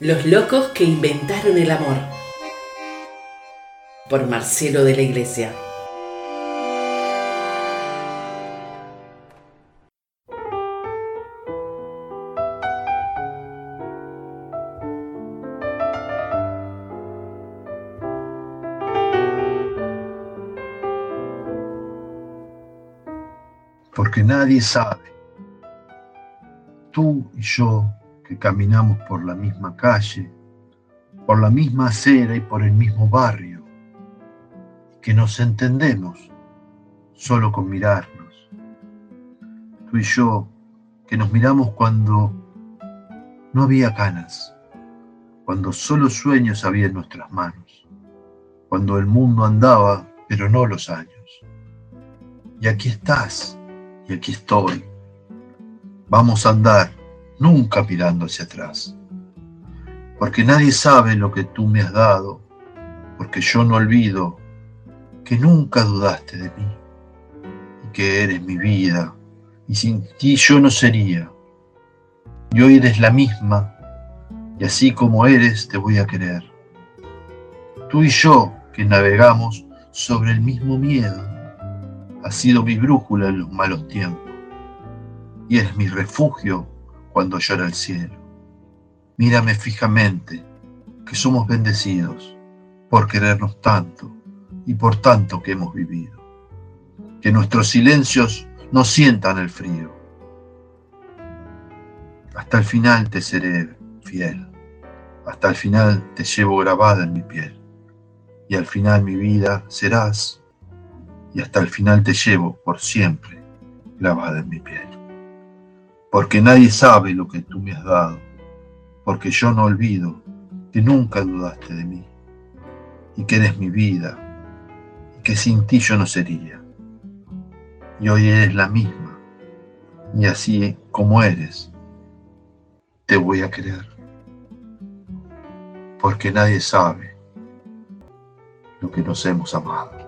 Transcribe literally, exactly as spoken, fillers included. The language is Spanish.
Los locos que inventaron el amor, por Marcelo de la Iglesia. Porque nadie sabe, tú y yo, que caminamos por la misma calle, por la misma acera y por el mismo barrio, que nos entendemos solo con mirarnos. Tú y yo, que nos miramos cuando no había canas, cuando solo sueños había en nuestras manos, cuando el mundo andaba, pero no los años. Y aquí estás, y aquí estoy. Vamos a andar, nunca mirando hacia atrás. Porque nadie sabe lo que tú me has dado, porque yo no olvido que nunca dudaste de mí, y que eres mi vida, y sin ti yo no sería. Y hoy eres la misma, y así como eres te voy a querer. Tú y yo, que navegamos sobre el mismo miedo, has sido mi brújula en los malos tiempos, y eres mi refugio cuando llora el cielo. Mírame fijamente, que somos bendecidos por querernos tanto y por tanto que hemos vivido. Que nuestros silencios no sientan el frío. Hasta el final te seré fiel, hasta el final te llevo grabada en mi piel, y al final mi vida serás, y hasta el final te llevo por siempre grabada en mi piel. Porque nadie sabe lo que tú me has dado, porque yo no olvido que nunca dudaste de mí, y que eres mi vida, y que sin ti yo no sería. Y hoy eres la misma, y así como eres, te voy a querer. Porque nadie sabe lo que nos hemos amado.